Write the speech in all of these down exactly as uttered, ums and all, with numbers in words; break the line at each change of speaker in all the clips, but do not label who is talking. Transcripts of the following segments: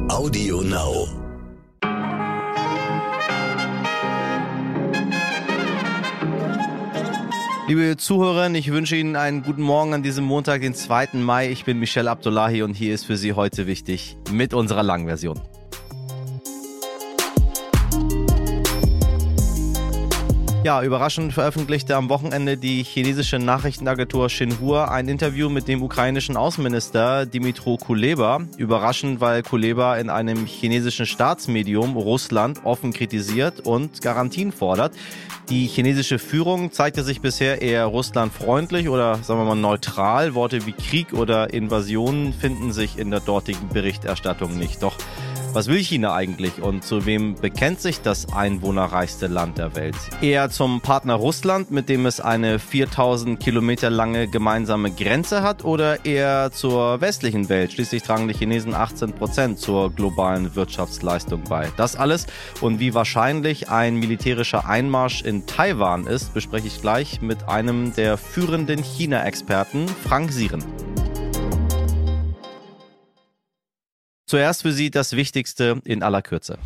Audio Now.
Liebe Zuhörerinnen, ich wünsche Ihnen einen guten Morgen an diesem Montag, den zweiten Mai. Ich bin Michel Abdullahi und hier ist für Sie heute wichtig mit unserer Langversion. Ja, überraschend veröffentlichte am Wochenende die chinesische Nachrichtenagentur Xinhua ein Interview mit dem ukrainischen Außenminister Dmytro Kuleba. Überraschend, weil Kuleba in einem chinesischen Staatsmedium Russland offen kritisiert und Garantien fordert. Die chinesische Führung zeigte sich bisher eher russlandfreundlich oder sagen wir mal neutral. Worte wie Krieg oder Invasion finden sich in der dortigen Berichterstattung nicht. Doch was will China eigentlich und zu wem bekennt sich das einwohnerreichste Land der Welt? Eher zum Partner Russland, mit dem es eine viertausend Kilometer lange gemeinsame Grenze hat, oder eher zur westlichen Welt? Schließlich tragen die Chinesen achtzehn Prozent zur globalen Wirtschaftsleistung bei. Das alles und wie wahrscheinlich ein militärischer Einmarsch in Taiwan ist, bespreche ich gleich mit einem der führenden China-Experten, Frank Sieren. Zuerst für Sie das Wichtigste in aller Kürze.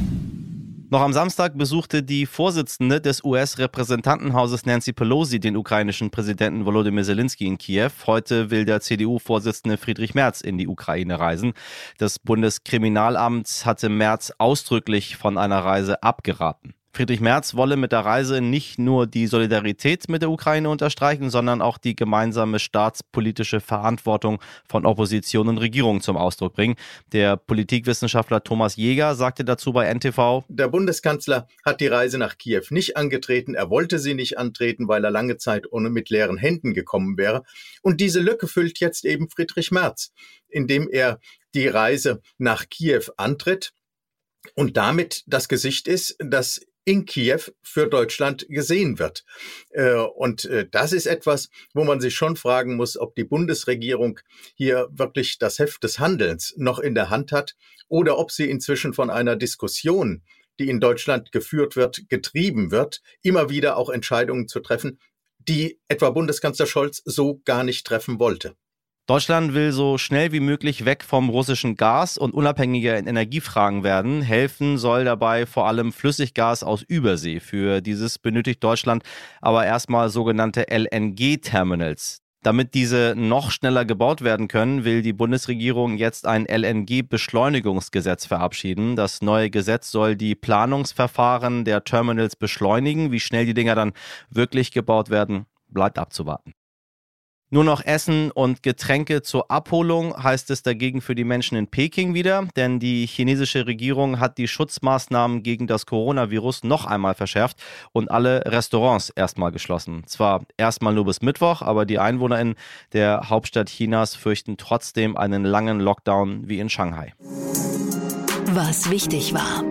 Noch am Samstag besuchte die Vorsitzende des U S-Repräsentantenhauses Nancy Pelosi den ukrainischen Präsidenten Volodymyr Zelensky in Kiew. Heute will der C D U-Vorsitzende Friedrich Merz in die Ukraine reisen. Das Bundeskriminalamt hatte Merz ausdrücklich von einer Reise abgeraten. Friedrich Merz wolle mit der Reise nicht nur die Solidarität mit der Ukraine unterstreichen, sondern auch die gemeinsame staatspolitische Verantwortung von Opposition und Regierung zum Ausdruck bringen. Der Politikwissenschaftler Thomas Jäger sagte dazu bei N T V:
Der Bundeskanzler hat die Reise nach Kiew nicht angetreten. Er wollte sie nicht antreten, weil er lange Zeit ohne mit leeren Händen gekommen wäre. Und diese Lücke füllt jetzt eben Friedrich Merz, indem er die Reise nach Kiew antritt und damit das Gesicht ist, das in Kiew für Deutschland gesehen wird. Und das ist etwas, wo man sich schon fragen muss, ob die Bundesregierung hier wirklich das Heft des Handelns noch in der Hand hat oder ob sie inzwischen von einer Diskussion, die in Deutschland geführt wird, getrieben wird, immer wieder auch Entscheidungen zu treffen, die etwa Bundeskanzler Scholz so gar nicht treffen wollte.
Deutschland will so schnell wie möglich weg vom russischen Gas und unabhängiger in Energiefragen werden. Helfen soll dabei vor allem Flüssiggas aus Übersee. Für dieses benötigt Deutschland aber erstmal sogenannte L N G-Terminals. Damit diese noch schneller gebaut werden können, will die Bundesregierung jetzt ein L N G-Beschleunigungsgesetz verabschieden. Das neue Gesetz soll die Planungsverfahren der Terminals beschleunigen. Wie schnell die Dinger dann wirklich gebaut werden, bleibt abzuwarten. Nur noch Essen und Getränke zur Abholung heißt es dagegen für die Menschen in Peking wieder, denn die chinesische Regierung hat die Schutzmaßnahmen gegen das Coronavirus noch einmal verschärft und alle Restaurants erstmal geschlossen. Zwar erstmal nur bis Mittwoch, aber die EinwohnerInnen der Hauptstadt Chinas fürchten trotzdem einen langen Lockdown wie in Shanghai.
Was wichtig war.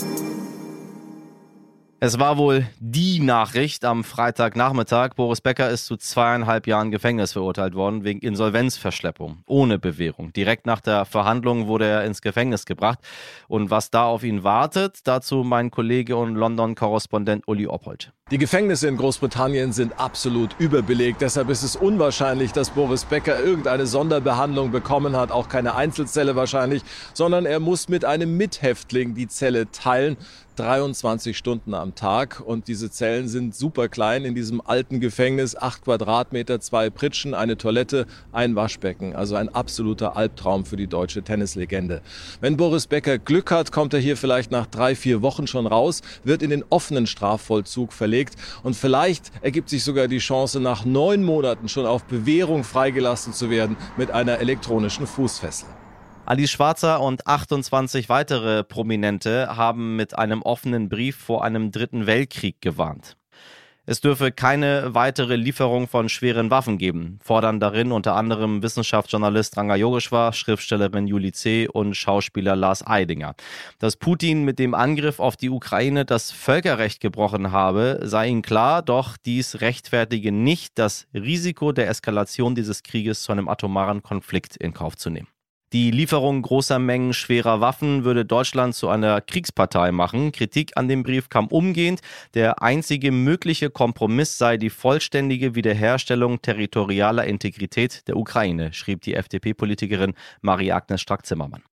Es war wohl die Nachricht am Freitagnachmittag. Boris Becker ist zu zweieinhalb Jahren Gefängnis verurteilt worden wegen Insolvenzverschleppung, ohne Bewährung. Direkt nach der Verhandlung wurde er ins Gefängnis gebracht. Und was da auf ihn wartet, dazu mein Kollege und London-Korrespondent Uli Oppold.
Die Gefängnisse in Großbritannien sind absolut überbelegt. Deshalb ist es unwahrscheinlich, dass Boris Becker irgendeine Sonderbehandlung bekommen hat. Auch keine Einzelzelle wahrscheinlich, sondern er muss mit einem Mithäftling die Zelle teilen. dreiundzwanzig Stunden am Tag. Und diese Zellen sind super klein in diesem alten Gefängnis. Acht Quadratmeter, zwei Pritschen, eine Toilette, ein Waschbecken. Also ein absoluter Albtraum für die deutsche Tennislegende. Wenn Boris Becker Glück hat, kommt er hier vielleicht nach drei, vier Wochen schon raus, wird in den offenen Strafvollzug verlegt. Und vielleicht ergibt sich sogar die Chance, nach neun Monaten schon auf Bewährung freigelassen zu werden mit einer elektronischen Fußfessel.
Alice Schwarzer und achtundzwanzig weitere Prominente haben mit einem offenen Brief vor einem dritten Weltkrieg gewarnt. Es dürfe keine weitere Lieferung von schweren Waffen geben, fordern darin unter anderem Wissenschaftsjournalist Ranga Yogeshwar, Schriftstellerin Julie C. und Schauspieler Lars Eidinger. Dass Putin mit dem Angriff auf die Ukraine das Völkerrecht gebrochen habe, sei ihnen klar, doch dies rechtfertige nicht, das Risiko der Eskalation dieses Krieges zu einem atomaren Konflikt in Kauf zu nehmen. Die Lieferung großer Mengen schwerer Waffen würde Deutschland zu einer Kriegspartei machen. Kritik an dem Brief kam umgehend. Der einzige mögliche Kompromiss sei die vollständige Wiederherstellung territorialer Integrität der Ukraine, schrieb die F D P-Politikerin Marie-Agnes Strack-Zimmermann.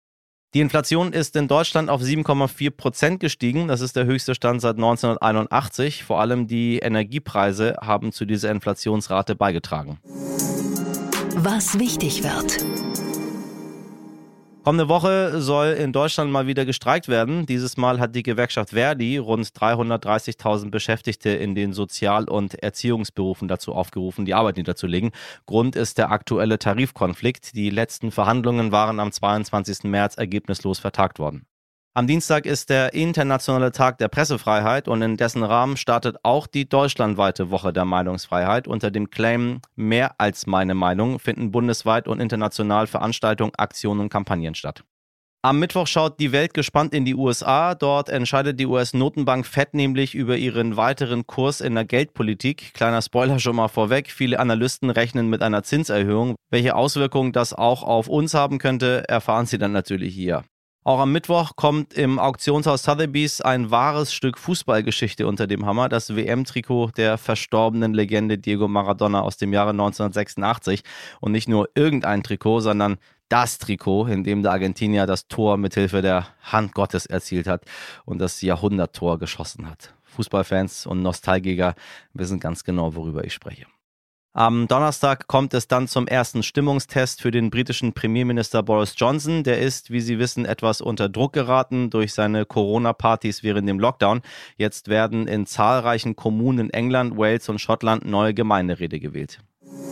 Die Inflation ist in Deutschland auf sieben Komma vier Prozent gestiegen. Das ist der höchste Stand seit neunzehnhunderteinundachtzig. Vor allem die Energiepreise haben zu dieser Inflationsrate beigetragen.
Was wichtig wird.
Kommende Woche soll in Deutschland mal wieder gestreikt werden. Dieses Mal hat die Gewerkschaft Verdi rund dreihundertdreißigtausend Beschäftigte in den Sozial- und Erziehungsberufen dazu aufgerufen, die Arbeit niederzulegen. Grund ist der aktuelle Tarifkonflikt. Die letzten Verhandlungen waren am zweiundzwanzigsten März ergebnislos vertagt worden. Am Dienstag ist der internationale Tag der Pressefreiheit und in dessen Rahmen startet auch die deutschlandweite Woche der Meinungsfreiheit. Unter dem Claim „Mehr als meine Meinung" finden bundesweit und international Veranstaltungen, Aktionen und Kampagnen statt. Am Mittwoch schaut die Welt gespannt in die U S A. Dort entscheidet die U S-Notenbank Fed nämlich über ihren weiteren Kurs in der Geldpolitik. Kleiner Spoiler schon mal vorweg, viele Analysten rechnen mit einer Zinserhöhung. Welche Auswirkungen das auch auf uns haben könnte, erfahren Sie dann natürlich hier. Auch am Mittwoch kommt im Auktionshaus Sotheby's ein wahres Stück Fußballgeschichte unter dem Hammer, das W M-Trikot der verstorbenen Legende Diego Maradona aus dem Jahre neunzehnhundertsechsundachtzig. Und nicht nur irgendein Trikot, sondern das Trikot, in dem der Argentinier das Tor mithilfe der Hand Gottes erzielt hat und das Jahrhunderttor geschossen hat. Fußballfans und Nostalgiker wissen ganz genau, worüber ich spreche. Am Donnerstag kommt es dann zum ersten Stimmungstest für den britischen Premierminister Boris Johnson. Der ist, wie Sie wissen, etwas unter Druck geraten durch seine Corona-Partys während dem Lockdown. Jetzt werden in zahlreichen Kommunen in England, Wales und Schottland neue Gemeinderäte gewählt.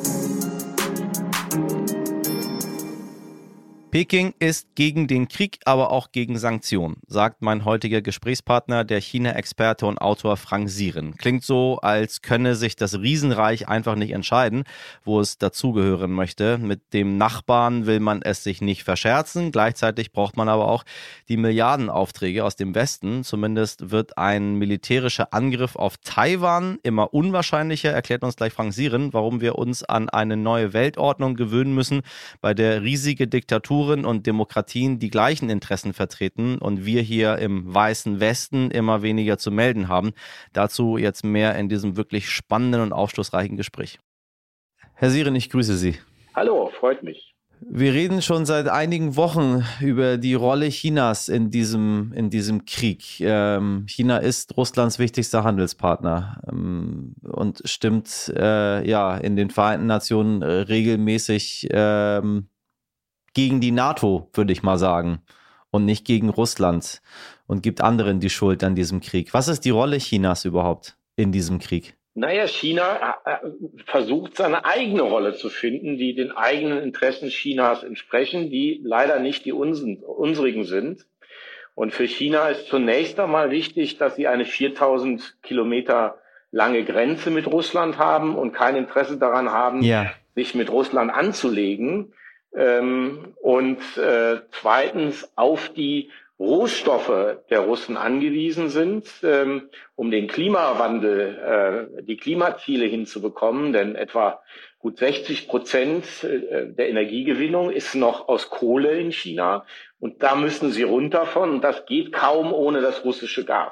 Peking ist gegen den Krieg, aber auch gegen Sanktionen, sagt mein heutiger Gesprächspartner, der China-Experte und Autor Frank Sieren. Klingt so, als könne sich das Riesenreich einfach nicht entscheiden, wo es dazugehören möchte. Mit dem Nachbarn will man es sich nicht verscherzen. Gleichzeitig braucht man aber auch die Milliardenaufträge aus dem Westen. Zumindest wird ein militärischer Angriff auf Taiwan immer unwahrscheinlicher, erklärt uns gleich Frank Sieren, warum wir uns an eine neue Weltordnung gewöhnen müssen, bei der riesige Diktaturen und Demokratien die gleichen Interessen vertreten und wir hier im weißen Westen immer weniger zu melden haben. Dazu jetzt mehr in diesem wirklich spannenden und aufschlussreichen Gespräch. Herr Sieren, ich grüße Sie.
Hallo, freut mich.
Wir reden schon seit einigen Wochen über die Rolle Chinas in diesem, in diesem Krieg. Ähm, China ist Russlands wichtigster Handelspartner ähm, und stimmt äh, ja in den Vereinten Nationen äh, regelmäßig ähm, gegen die NATO, würde ich mal sagen, und nicht gegen Russland und gibt anderen die Schuld an diesem Krieg. Was ist die Rolle Chinas überhaupt in diesem Krieg?
Naja, China äh, versucht seine eigene Rolle zu finden, die den eigenen Interessen Chinas entsprechen, die leider nicht die unsen, unsrigen sind. Und für China ist zunächst einmal wichtig, dass sie eine viertausend Kilometer lange Grenze mit Russland haben und kein Interesse daran haben, ja. sich mit Russland anzulegen. Ähm, und äh, zweitens auf die Rohstoffe der Russen angewiesen sind, ähm, um den Klimawandel, äh, die Klimaziele hinzubekommen. Denn etwa gut sechzig Prozent äh, der Energiegewinnung ist noch aus Kohle in China. Und da müssen sie runter von. Und das geht kaum ohne das russische Gas.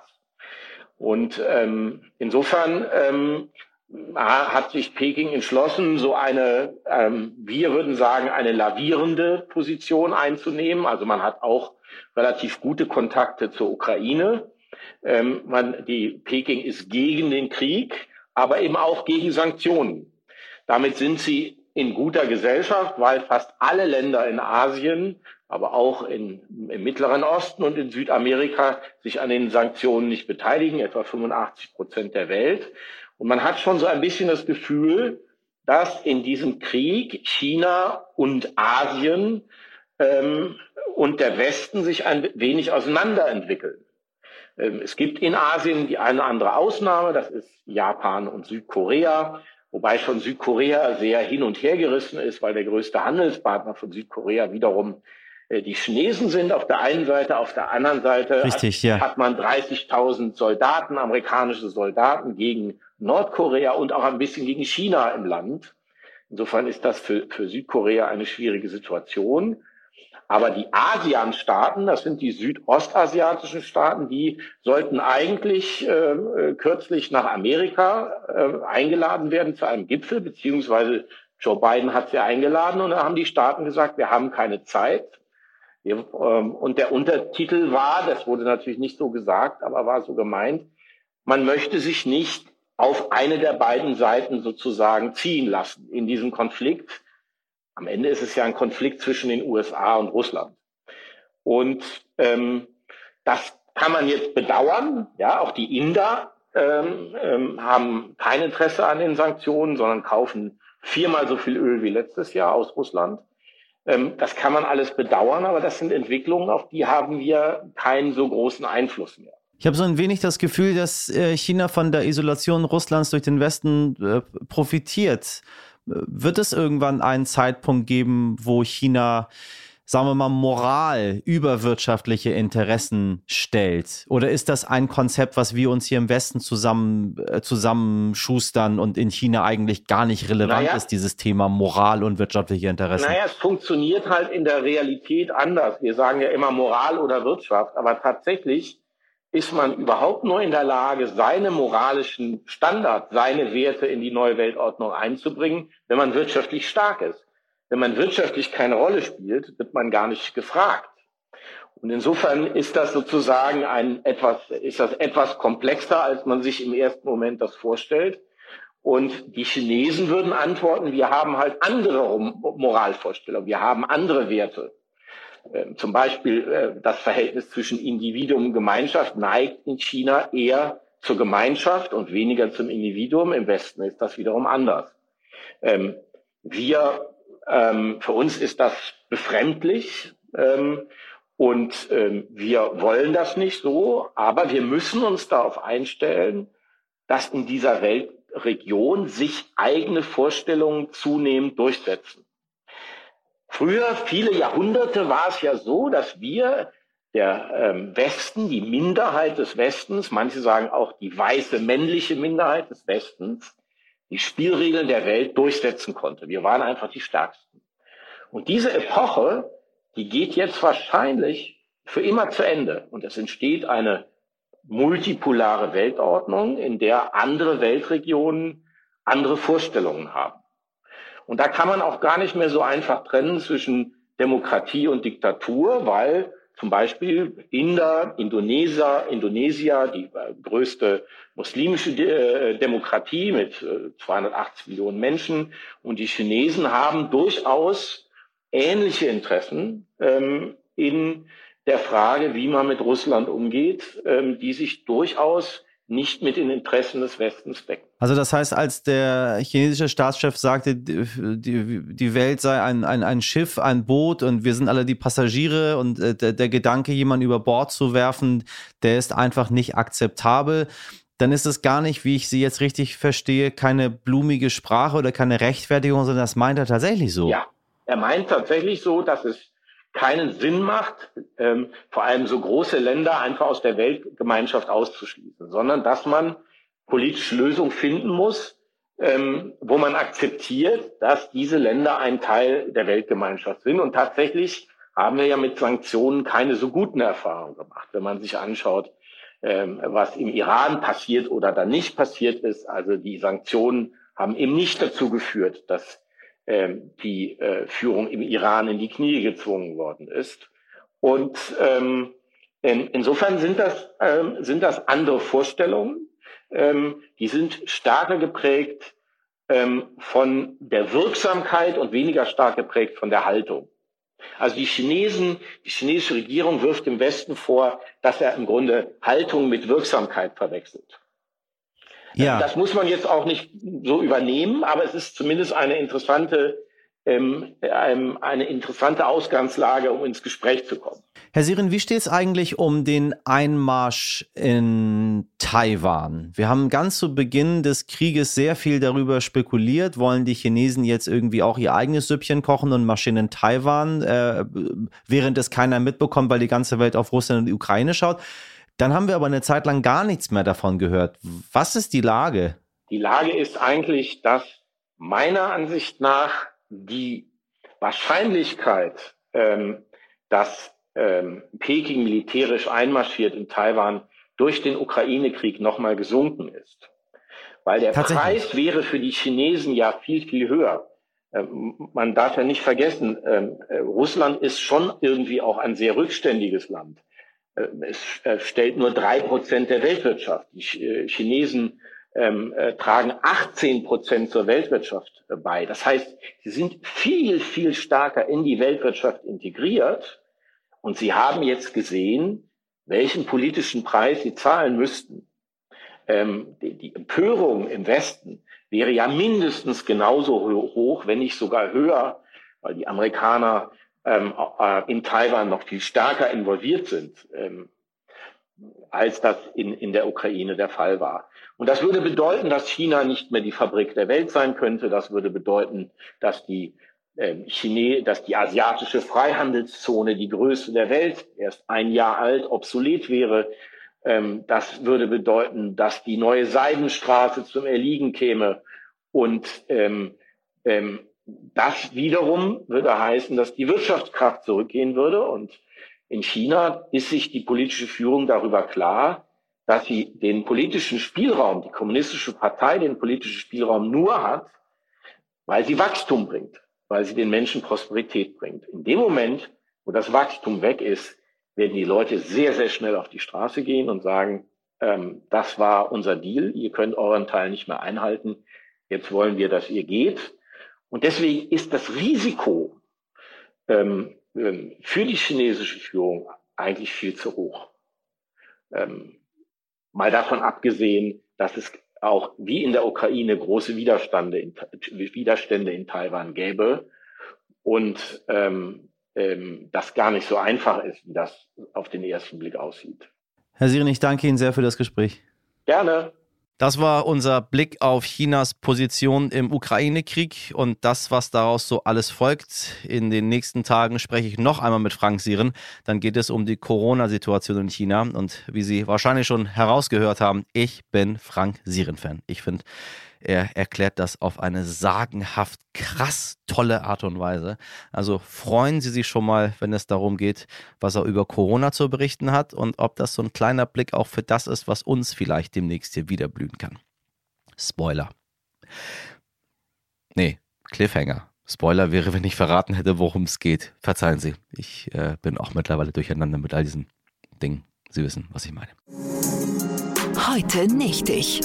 Und ähm, insofern ähm, hat sich Peking entschlossen, so eine, ähm, wir würden sagen, eine lavierende Position einzunehmen. Also man hat auch relativ gute Kontakte zur Ukraine. Ähm, man, die Peking ist gegen den Krieg, aber eben auch gegen Sanktionen. Damit sind sie in guter Gesellschaft, weil fast alle Länder in Asien, aber auch in, im Mittleren Osten und in Südamerika sich an den Sanktionen nicht beteiligen, etwa fünfundachtzig Prozent der Welt. Und man hat schon so ein bisschen das Gefühl, dass in diesem Krieg China und Asien ähm, und der Westen sich ein wenig auseinanderentwickeln. Ähm, es gibt in Asien die eine oder andere Ausnahme, das ist Japan und Südkorea, wobei schon Südkorea sehr hin und her gerissen ist, weil der größte Handelspartner von Südkorea wiederum äh, die Chinesen sind auf der einen Seite, auf der anderen Seite
Richtig,
hat,
ja.
hat man dreißigtausend Soldaten, amerikanische Soldaten gegen Nordkorea und auch ein bisschen gegen China im Land. Insofern ist das für, für Südkorea eine schwierige Situation. Aber die ASEAN-Staaten, das sind die südostasiatischen Staaten, die sollten eigentlich äh, kürzlich nach Amerika äh, eingeladen werden zu einem Gipfel, beziehungsweise Joe Biden hat sie eingeladen und da haben die Staaten gesagt, wir haben keine Zeit. Wir, ähm, und der Untertitel war, das wurde natürlich nicht so gesagt, aber war so gemeint, man möchte sich nicht auf eine der beiden Seiten sozusagen ziehen lassen in diesem Konflikt. Am Ende ist es ja ein Konflikt zwischen den U S A und Russland. Und ähm, das kann man jetzt bedauern. Ja, auch die Inder ähm, ähm, haben kein Interesse an den Sanktionen, sondern kaufen viermal so viel Öl wie letztes Jahr aus Russland. Ähm, das kann man alles bedauern, aber das sind Entwicklungen, auf die haben wir keinen so großen Einfluss mehr.
Ich habe so ein wenig das Gefühl, dass äh, China von der Isolation Russlands durch den Westen äh, profitiert. Wird es irgendwann einen Zeitpunkt geben, wo China, sagen wir mal, Moral über wirtschaftliche Interessen stellt? Oder ist das ein Konzept, was wir uns hier im Westen zusammen äh, zusammenschustern und in China eigentlich gar nicht relevant
naja,
ist, dieses Thema Moral und wirtschaftliche Interessen?
Naja, es funktioniert halt in der Realität anders. Wir sagen ja immer Moral oder Wirtschaft, aber tatsächlich ist man überhaupt nur in der Lage, seine moralischen Standards, seine Werte in die neue Weltordnung einzubringen, wenn man wirtschaftlich stark ist. Wenn man wirtschaftlich keine Rolle spielt, wird man gar nicht gefragt. Und insofern ist das sozusagen ein etwas, ist das etwas komplexer, als man sich im ersten Moment das vorstellt. Und die Chinesen würden antworten, wir haben halt andere Moralvorstellungen, wir haben andere Werte. Zum Beispiel das Verhältnis zwischen Individuum und Gemeinschaft neigt in China eher zur Gemeinschaft und weniger zum Individuum. Im Westen ist das wiederum anders. Wir, für uns ist das befremdlich und wir wollen das nicht so, aber wir müssen uns darauf einstellen, dass in dieser Weltregion sich eigene Vorstellungen zunehmend durchsetzen. Früher, viele Jahrhunderte, war es ja so, dass wir, der ähm, Westen, die Minderheit des Westens, manche sagen auch die weiße männliche Minderheit des Westens, die Spielregeln der Welt durchsetzen konnte. Wir waren einfach die Stärksten. Und diese Epoche, die geht jetzt wahrscheinlich für immer zu Ende. Und es entsteht eine multipolare Weltordnung, in der andere Weltregionen andere Vorstellungen haben. Und da kann man auch gar nicht mehr so einfach trennen zwischen Demokratie und Diktatur, weil zum Beispiel Inder, Indonesier, Indonesier, die größte muslimische De- Demokratie mit äh, zweihundertachtzig Millionen Menschen, und die Chinesen haben durchaus ähnliche Interessen ähm, in der Frage, wie man mit Russland umgeht, ähm, die sich durchaus nicht mit den Interessen des Westens decken.
Also das heißt, als der chinesische Staatschef sagte, die, die Welt sei ein, ein, ein Schiff, ein Boot und wir sind alle die Passagiere und äh, der, der Gedanke, jemanden über Bord zu werfen, der ist einfach nicht akzeptabel, dann ist es gar nicht, wie ich Sie jetzt richtig verstehe, keine blumige Sprache oder keine Rechtfertigung, sondern das meint er tatsächlich so.
Ja, er meint tatsächlich so, dass es keinen Sinn macht, ähm, vor allem so große Länder einfach aus der Weltgemeinschaft auszuschließen, sondern dass man politische Lösungen finden muss, ähm, wo man akzeptiert, dass diese Länder ein Teil der Weltgemeinschaft sind. Und tatsächlich haben wir ja mit Sanktionen keine so guten Erfahrungen gemacht, wenn man sich anschaut, ähm, was im Iran passiert oder da nicht passiert ist. Also die Sanktionen haben eben nicht dazu geführt, dass die äh, Führung im Iran in die Knie gezwungen worden ist. Und ähm, in, insofern sind das, ähm, sind das andere Vorstellungen, ähm, die sind stärker geprägt ähm, von der Wirksamkeit und weniger stark geprägt von der Haltung. Also die Chinesen, die chinesische Regierung wirft dem Westen vor, dass er im Grunde Haltung mit Wirksamkeit verwechselt. Ja. Das muss man jetzt auch nicht so übernehmen, aber es ist zumindest eine interessante, ähm, eine interessante Ausgangslage, um ins Gespräch zu kommen.
Herr Sirin, wie steht es eigentlich um den Einmarsch in Taiwan? Wir haben ganz zu Beginn des Krieges sehr viel darüber spekuliert. Wollen die Chinesen jetzt irgendwie auch ihr eigenes Süppchen kochen und marschieren in Taiwan, äh, während es keiner mitbekommt, weil die ganze Welt auf Russland und die Ukraine schaut? Dann haben wir aber eine Zeit lang gar nichts mehr davon gehört. Was ist die Lage?
Die Lage ist eigentlich, dass meiner Ansicht nach die Wahrscheinlichkeit, ähm, dass ähm, Peking militärisch einmarschiert in Taiwan, durch den Ukraine-Krieg nochmal gesunken ist. Weil der Preis wäre für die Chinesen ja viel, viel höher. Man darf ja nicht vergessen, Russland ist schon irgendwie auch ein sehr rückständiges Land. Es stellt nur drei Prozent der Weltwirtschaft. Die Chinesen ähm, tragen achtzehn Prozent zur Weltwirtschaft bei. Das heißt, sie sind viel, viel stärker in die Weltwirtschaft integriert. Und sie haben jetzt gesehen, welchen politischen Preis sie zahlen müssten. Ähm, die, die Empörung im Westen wäre ja mindestens genauso hoch, wenn nicht sogar höher, weil die Amerikaner ähm, in Taiwan noch viel stärker involviert sind, ähm, als das in, in der Ukraine der Fall war. Und das würde bedeuten, dass China nicht mehr die Fabrik der Welt sein könnte. Das würde bedeuten, dass die ähm, Chine, dass die asiatische Freihandelszone, die größte der Welt, erst ein Jahr alt, obsolet wäre. Das würde bedeuten, dass die neue Seidenstraße zum Erliegen käme. Und ähm, ähm, das wiederum würde heißen, dass die Wirtschaftskraft zurückgehen würde. Und in China ist sich die politische Führung darüber klar, dass sie den politischen Spielraum, die kommunistische Partei den politischen Spielraum nur hat, weil sie Wachstum bringt, weil sie den Menschen Prosperität bringt. In dem Moment, wo das Wachstum weg ist, werden die Leute sehr, sehr schnell auf die Straße gehen und sagen, ähm, das war unser Deal, ihr könnt euren Teil nicht mehr einhalten, jetzt wollen wir, dass ihr geht. Und deswegen ist das Risiko ähm, für die chinesische Führung eigentlich viel zu hoch. Ähm, mal davon abgesehen, dass es auch wie in der Ukraine große Widerstände in, Widerstände in Taiwan gäbe und ähm, das gar nicht so einfach ist, wie das auf den ersten Blick aussieht.
Herr Sirin, ich danke Ihnen sehr für das Gespräch.
Gerne.
Das war unser Blick auf Chinas Position im Ukraine-Krieg und das, was daraus so alles folgt. In den nächsten Tagen spreche ich noch einmal mit Frank Sirin. Dann geht es um die Corona-Situation in China. Und wie Sie wahrscheinlich schon herausgehört haben, ich bin Frank Sirin-Fan. Ich finde, er erklärt das auf eine sagenhaft krass tolle Art und Weise. Also freuen Sie sich schon mal, wenn es darum geht, was er über Corona zu berichten hat und ob das so ein kleiner Blick auch für das ist, was uns vielleicht demnächst hier wieder blühen kann. Spoiler. Nee, Cliffhanger. Spoiler wäre, wenn ich verraten hätte, worum es geht. Verzeihen Sie, ich äh, bin auch mittlerweile durcheinander mit all diesen Dingen. Sie wissen, was ich meine.
Heute nicht ich.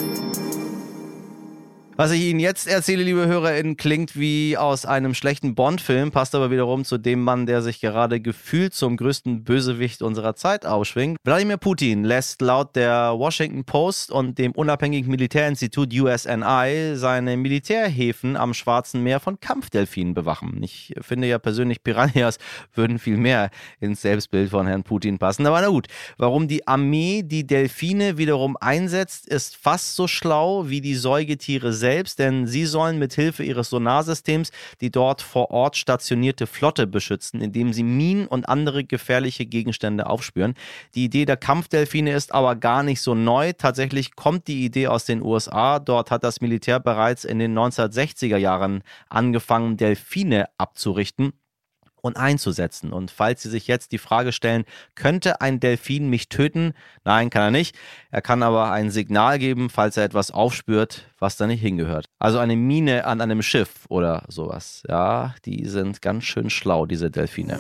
Was ich Ihnen jetzt erzähle, liebe HörerInnen, klingt wie aus einem schlechten Bond-Film, passt aber wiederum zu dem Mann, der sich gerade gefühlt zum größten Bösewicht unserer Zeit aufschwingt. Wladimir Putin lässt laut der Washington Post und dem unabhängigen Militärinstitut U S N I seine Militärhäfen am Schwarzen Meer von Kampfdelfinen bewachen. Ich finde ja persönlich, Piranhas würden viel mehr ins Selbstbild von Herrn Putin passen. Aber na gut, warum die Armee die Delfine wiederum einsetzt, ist fast so schlau wie die Säugetiere selbst. Selbst, denn sie sollen mit Hilfe ihres Sonarsystems die dort vor Ort stationierte Flotte beschützen, indem sie Minen und andere gefährliche Gegenstände aufspüren. Die Idee der Kampfdelfine ist aber gar nicht so neu. Tatsächlich kommt die Idee aus den U S A. Dort hat das Militär bereits in den neunzehnhundertsechziger Jahren angefangen, Delfine abzurichten und einzusetzen. Und falls Sie sich jetzt die Frage stellen, könnte ein Delfin mich töten? Nein, kann er nicht. Er kann aber ein Signal geben, falls er etwas aufspürt, was da nicht hingehört. Also eine Mine an einem Schiff oder sowas. Ja, die sind ganz schön schlau, diese Delfine.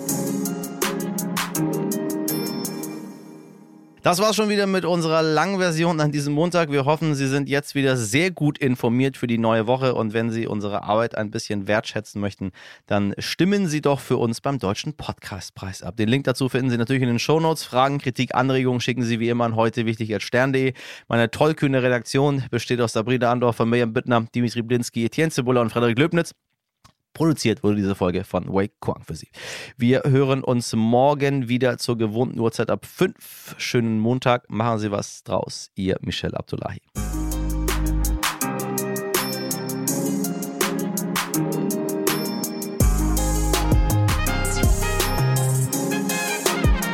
Das war's schon wieder mit unserer langen Version an diesem Montag. Wir hoffen, Sie sind jetzt wieder sehr gut informiert für die neue Woche und wenn Sie unsere Arbeit ein bisschen wertschätzen möchten, dann stimmen Sie doch für uns beim Deutschen Podcastpreis ab. Den Link dazu finden Sie natürlich in den Shownotes. Fragen, Kritik, Anregungen schicken Sie wie immer an heute wichtig at stern punkt de. Meine tollkühne Redaktion besteht aus Sabrina Andorfer, Mirjam Bittner, Dimitri Blinski, Etienne Cebula und Frederik Löbnitz. Produziert wurde diese Folge von Wei Kuang für Sie. Wir hören uns morgen wieder zur gewohnten Uhrzeit ab fünf. Schönen Montag, machen Sie was draus. Ihr Michel Abdullahi.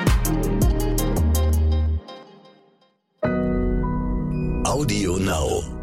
Audio Now.